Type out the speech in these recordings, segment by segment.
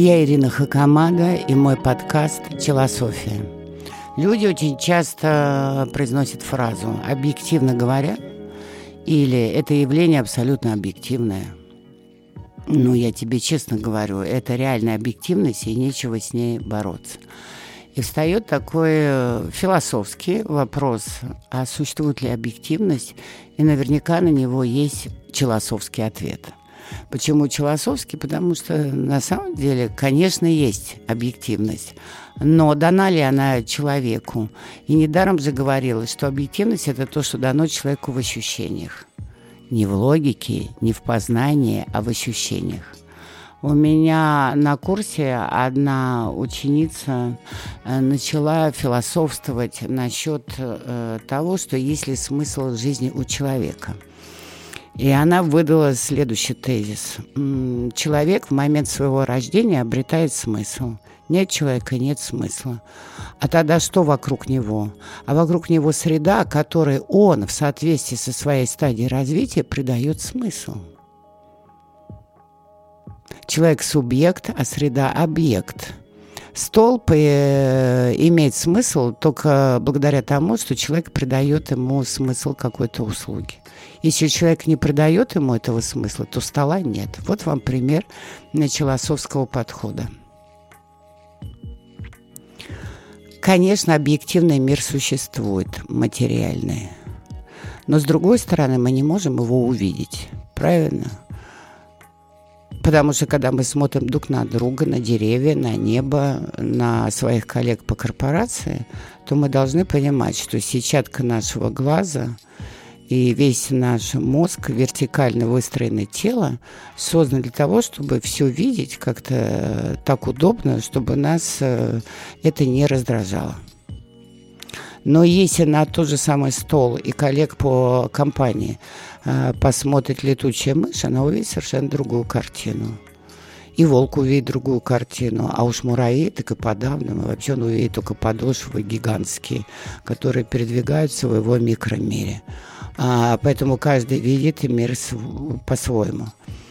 Я Ирина Хакамада и мой подкаст «Челософия». Люди очень часто произносят фразу «объективно говоря» или «это явление абсолютно объективное». Ну, я тебе честно говорю, это реальная объективность, и нечего с ней бороться. И встает такой философский вопрос, а существует ли объективность? И наверняка на него есть челософский ответ. Почему челософский? Потому что на самом деле, конечно, есть объективность. Но дана ли она человеку? И недаром же говорилось, что объективность – это то, что дано человеку в ощущениях. Не в логике, не в познании, а в ощущениях. У меня на курсе одна ученица начала философствовать насчет того, что есть ли смысл жизни у человека. И она выдала следующий тезис. Человек в момент своего рождения обретает смысл. Нет человека, нет смысла. А тогда что вокруг него? А вокруг него среда, которой он в соответствии со своей стадией развития придает смысл. Человек – субъект, а среда – объект. Столб имеет смысл только благодаря тому, что человек придает ему смысл какой-то услуги. Если человек не придает ему этого смысла, то стола нет. Вот вам пример челософского подхода. Конечно, объективный мир существует, материальный. Но, с другой стороны, мы не можем его увидеть. Правильно? Потому что, когда мы смотрим друг на друга, на деревья, на небо, на своих коллег по корпорации, то мы должны понимать, что сетчатка нашего глаза и весь наш мозг, вертикально выстроенное тело, создан для того, чтобы все видеть как-то так удобно, чтобы нас это не раздражало. Но если на тот же самый стол и коллег по компании посмотрит летучая мышь, она увидит совершенно другую картину. И волк увидит другую картину, а уж муравей так и подавно. Вообще он увидит только подошвы гигантские, которые передвигаются в его микромире. Поэтому каждый видит мир по-своему.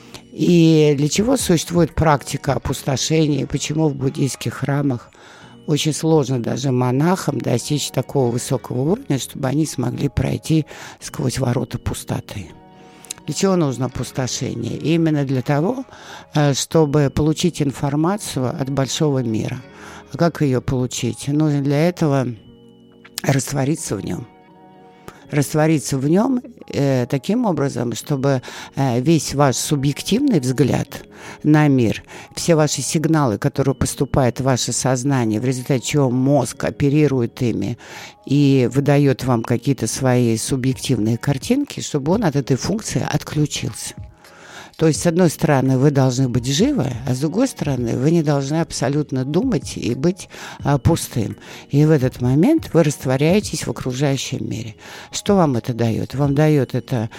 И для чего существует практика опустошения? Почему в буддийских храмах очень сложно даже монахам достичь такого высокого уровня, чтобы они смогли пройти сквозь ворота пустоты? Для чего нужно опустошение? Именно для того, чтобы получить информацию от большого мира. А как ее получить? Нужно для этого раствориться в нем. Раствориться в нем таким образом, чтобы весь ваш субъективный взгляд на мир, все ваши сигналы, которые поступают в ваше сознание, в результате чего мозг оперирует ими и выдает вам какие-то свои субъективные картинки, чтобы он от этой функции отключился. То есть, с одной стороны, вы должны быть живы, а с другой стороны, вы не должны абсолютно думать и быть пустым. И в этот момент вы растворяетесь в окружающем мире. Что вам это дает? Вам дает это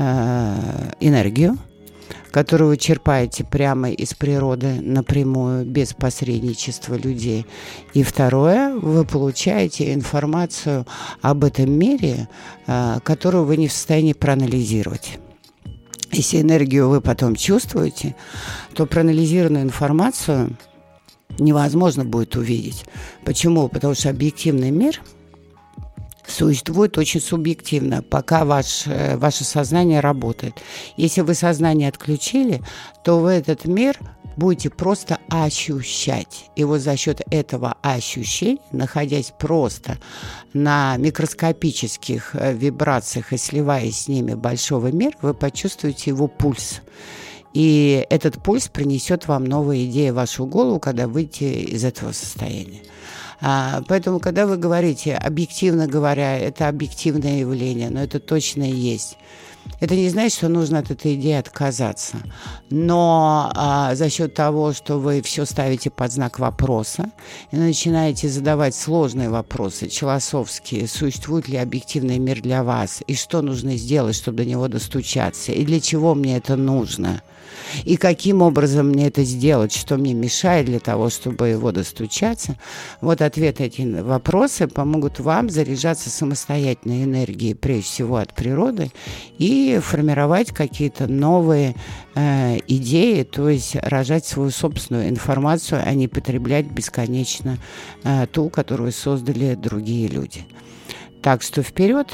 энергию, которую вы черпаете прямо из природы напрямую, без посредничества людей. И второе, вы получаете информацию об этом мире, которую вы не в состоянии проанализировать. Если энергию вы потом чувствуете, то проанализированную информацию невозможно будет увидеть. Почему? Потому что объективный мир существует очень субъективно, пока ваше сознание работает. Если вы сознание отключили, то вы этот мир будете просто ощущать. И вот за счет этого ощущения, находясь просто на микроскопических вибрациях и сливаясь с ними большого мира, вы почувствуете его пульс. И этот пульс принесет вам новые идеи в вашу голову, когда выйдете из этого состояния. Поэтому, когда вы говорите, объективно говоря, это объективное явление, но это точно и есть. Это не значит, что нужно от этой идеи отказаться. Но за счет того, что вы все ставите под знак вопроса и начинаете задавать сложные вопросы, философские, существует ли объективный мир для вас, и что нужно сделать, чтобы до него достучаться, и для чего мне это нужно, и каким образом мне это сделать, что мне мешает для того, чтобы его достучаться. Вот ответы на эти вопросы помогут вам заряжаться самостоятельной энергией, прежде всего от природы, и и формировать какие-то новые идеи, то есть рожать свою собственную информацию, а не потреблять бесконечно ту, которую создали другие люди. Так что вперед!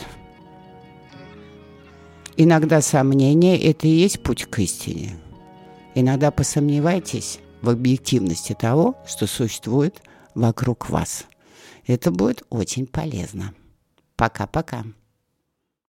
Иногда сомнение – это и есть путь к истине. Иногда посомневайтесь в объективности того, что существует вокруг вас. Это будет очень полезно. Пока-пока.